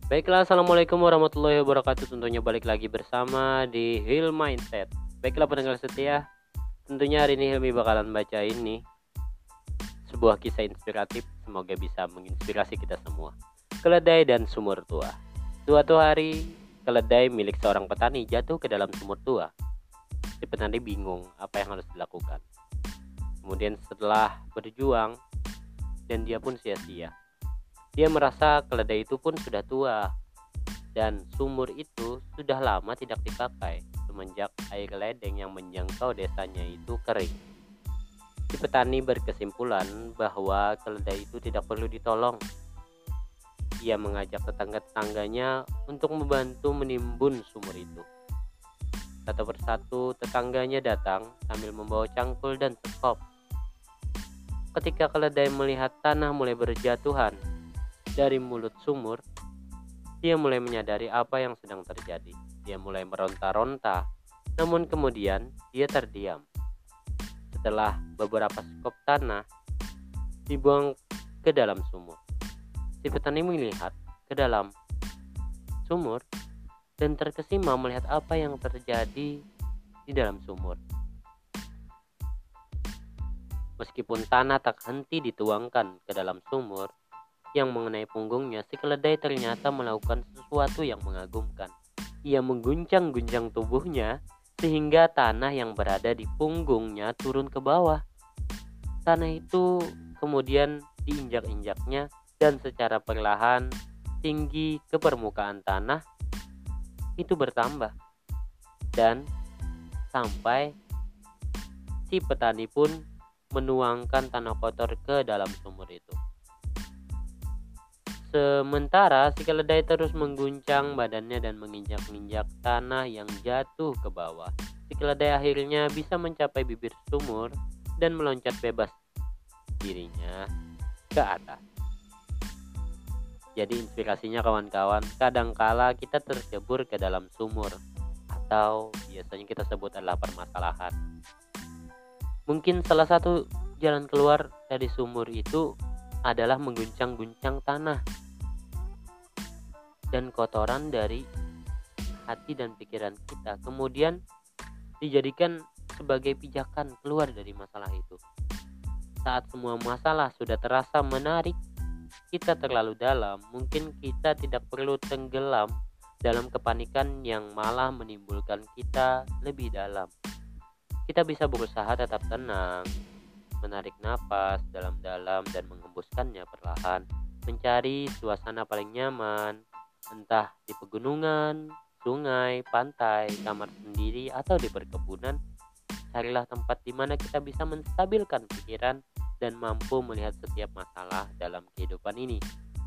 Baiklah, assalamualaikum warahmatullahi wabarakatuh. Tentunya balik lagi bersama di Heal Mindset. Baiklah pendengar setia, tentunya hari ini Hilmi bakalan baca ini sebuah kisah inspiratif. Semoga bisa menginspirasi kita semua. Keledai dan sumur tua. Suatu hari, keledai milik seorang petani jatuh ke dalam sumur tua. Si petani bingung apa yang harus dilakukan. Kemudian setelah berjuang dan dia pun sia-sia. Dia merasa keledai itu pun sudah tua dan sumur itu sudah lama tidak dipakai semenjak air ledeng yang menjangkau desanya itu kering. Si petani berkesimpulan bahwa keledai itu tidak perlu ditolong. Ia mengajak tetangga-tetangganya untuk membantu menimbun sumur itu. Satu persatu tetangganya datang sambil membawa cangkul dan sekop. Ketika keledai melihat tanah mulai berjatuhan dari mulut sumur, dia mulai menyadari apa yang sedang terjadi. Dia mulai meronta-ronta, namun kemudian dia terdiam. Setelah beberapa sekop tanah dibuang ke dalam sumur, si petani melihat ke dalam sumur dan terkesima melihat apa yang terjadi di dalam sumur. Meskipun tanah tak henti dituangkan ke dalam sumur yang mengenai punggungnya, si keledai ternyata melakukan sesuatu yang mengagumkan. Ia mengguncang-guncang tubuhnya sehingga tanah yang berada di punggungnya turun ke bawah. Tanah itu kemudian diinjak-injaknya dan secara perlahan tinggi ke permukaan tanah itu bertambah. Dan sampai si petani pun menuangkan tanah kotor ke dalam sumur itu. Sementara si keledai terus mengguncang badannya dan menginjak-injak tanah yang jatuh ke bawah. Si keledai akhirnya bisa mencapai bibir sumur dan meloncat bebas dirinya ke atas. Jadi inspirasinya kawan-kawan, kadangkala kita tercebur ke dalam sumur atau biasanya kita sebut adalah permasalahan. Mungkin salah satu jalan keluar dari sumur itu adalah mengguncang-guncang tanah dan kotoran dari hati dan pikiran kita, kemudian dijadikan sebagai pijakan keluar dari masalah itu. Saat semua masalah sudah terasa menarik kita terlalu dalam, mungkin kita tidak perlu tenggelam dalam kepanikan yang malah menimbulkan kita lebih dalam. Kita bisa berusaha tetap tenang, menarik napas dalam-dalam dan menghembuskannya perlahan, mencari suasana paling nyaman, entah di pegunungan, sungai, pantai, kamar sendiri, atau di perkebunan. Carilah tempat di mana kita bisa menstabilkan pikiran dan mampu melihat setiap masalah dalam kehidupan ini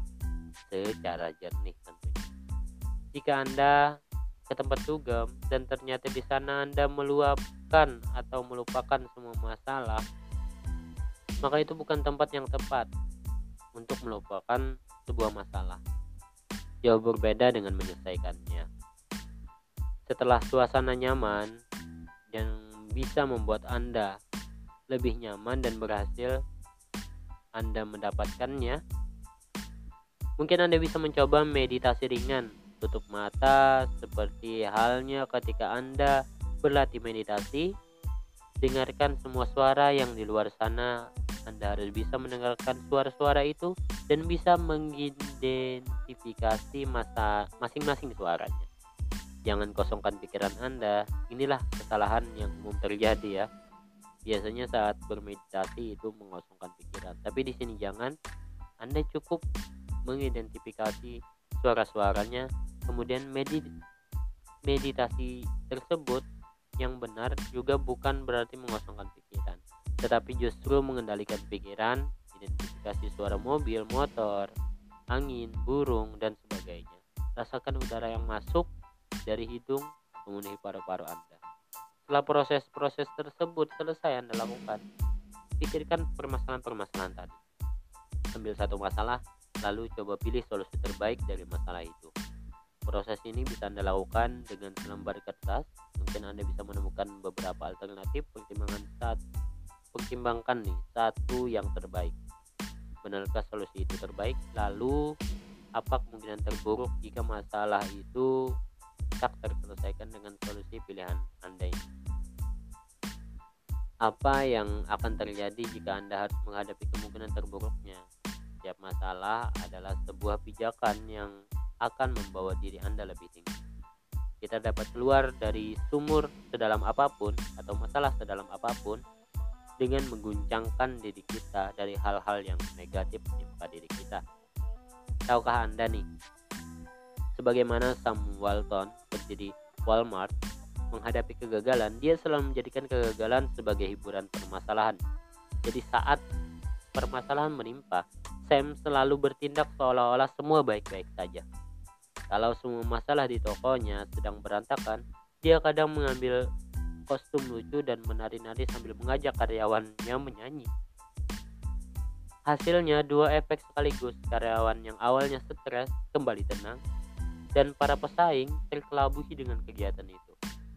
secara jernih tentunya. Jika Anda ke tempat dugem dan ternyata di sana Anda meluapkan atau melupakan semua masalah, maka itu bukan tempat yang tepat untuk melupakan sebuah masalah. Jauh berbeda dengan menyelesaikannya. Setelah suasana nyaman yang bisa membuat Anda lebih nyaman dan berhasil Anda mendapatkannya, mungkin Anda bisa mencoba meditasi ringan. Tutup mata seperti halnya ketika Anda berlatih meditasi. Dengarkan semua suara yang di luar sana. Anda harus bisa mendengarkan suara-suara itu dan bisa mengidentifikasi masing-masing suaranya. Jangan kosongkan pikiran Anda. Inilah kesalahan yang umum terjadi ya. Biasanya saat bermeditasi itu mengosongkan pikiran. Tapi di sini jangan. Anda cukup mengidentifikasi suara-suaranya. Kemudian meditasi tersebut yang benar juga bukan berarti mengosongkan pikiran, tetapi justru mengendalikan pikiran, identifikasi suara mobil, motor, angin, burung, dan sebagainya. Rasakan udara yang masuk dari hidung memenuhi paru-paru Anda. Setelah proses-proses tersebut selesai Anda lakukan, pikirkan permasalahan-permasalahan tadi. Ambil satu masalah, lalu coba pilih solusi terbaik dari masalah itu. Proses ini bisa Anda lakukan dengan selembar kertas. Mungkin Anda bisa menemukan beberapa alternatif. Pertimbangkan nih satu yang terbaik. Benarkah solusi itu terbaik? Lalu apa kemungkinan terburuk jika masalah itu tak terselesaikan dengan solusi pilihan Anda ini? Apa yang akan terjadi jika Anda harus menghadapi kemungkinan terburuknya? Setiap masalah adalah sebuah pijakan yang akan membawa diri Anda lebih tinggi. Kita dapat keluar dari sumur sedalam apapun atau masalah sedalam apapun dengan mengguncangkan diri kita dari hal-hal yang negatif menimpa diri kita. Tahukah Anda nih, sebagaimana Sam Walton, pendiri Walmart, menghadapi kegagalan, dia selalu menjadikan kegagalan sebagai hiburan permasalahan. Jadi saat permasalahan menimpa, Sam selalu bertindak seolah-olah semua baik-baik saja. Kalau semua masalah di tokonya sedang berantakan, dia kadang mengambil kostum lucu dan menari-nari sambil mengajak karyawannya menyanyi. Hasilnya dua efek sekaligus, karyawan yang awalnya stres kembali tenang, dan para pesaing terkelabuhi dengan kegiatan itu.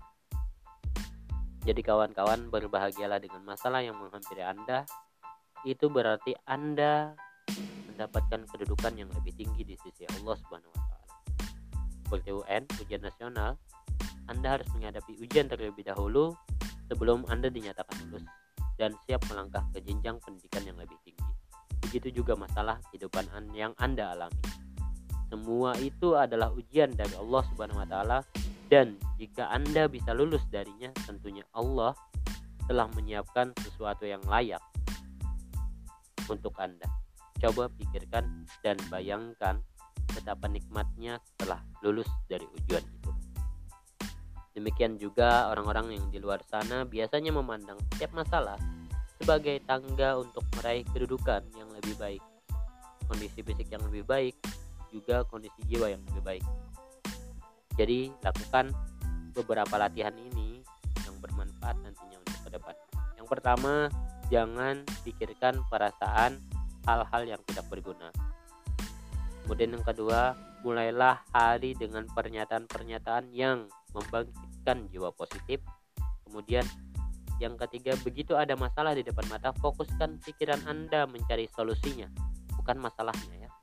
Jadi kawan-kawan, berbahagialah dengan masalah yang menghampiri Anda. Itu berarti Anda mendapatkan kedudukan yang lebih tinggi di sisi Allah Subhanahu wa taala. Seperti UN, ujian nasional, Anda harus menghadapi ujian terlebih dahulu sebelum Anda dinyatakan lulus dan siap melangkah ke jenjang pendidikan yang lebih tinggi. Begitu juga masalah kehidupan yang Anda alami. Semua itu adalah ujian dari Allah Subhanahu wa taala, dan jika Anda bisa lulus darinya, tentunya Allah telah menyiapkan sesuatu yang layak untuk Anda. Coba pikirkan dan bayangkan betapa nikmatnya setelah lulus dari ujian itu. Demikian juga orang-orang yang di luar sana biasanya memandang setiap masalah sebagai tangga untuk meraih kedudukan yang lebih baik, kondisi fisik yang lebih baik, juga kondisi jiwa yang lebih baik. Jadi lakukan beberapa latihan ini yang bermanfaat nantinya untuk ke depan. Yang pertama, jangan pikirkan perasaan hal-hal yang tidak berguna. Kemudian yang kedua, mulailah hari dengan pernyataan-pernyataan yang membangkitkan jiwa positif. Kemudian yang ketiga, begitu ada masalah di depan mata, fokuskan pikiran Anda mencari solusinya, bukan masalahnya ya.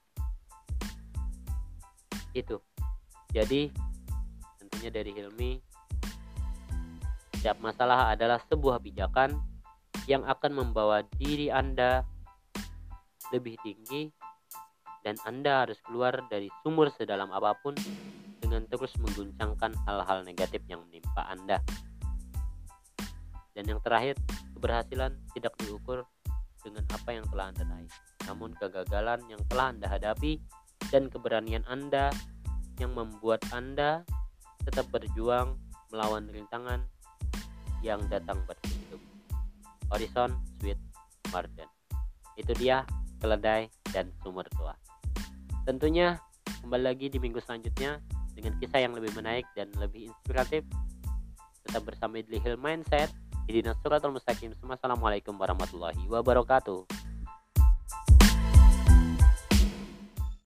Itu. Jadi tentunya dari Hilmi, setiap masalah adalah sebuah pijakan yang akan membawa diri Anda lebih tinggi, dan Anda harus keluar dari sumur sedalam apapun dengan terus mengguncangkan hal-hal negatif yang menimpa Anda. Dan yang terakhir, keberhasilan tidak diukur dengan apa yang telah Anda raih, namun kegagalan yang telah Anda hadapi dan keberanian Anda yang membuat Anda tetap berjuang melawan rintangan yang datang bertubi-tubi. Horizon Sweet Marden. Itu dia keledai dan sumur tua. Tentunya kembali lagi di minggu selanjutnya dengan kisah yang lebih menarik dan lebih inspiratif. Tetap bersama Idli Hill Mindset. Ihdinas Shiratal Mustaqim. Assalamualaikum warahmatullahi wabarakatuh.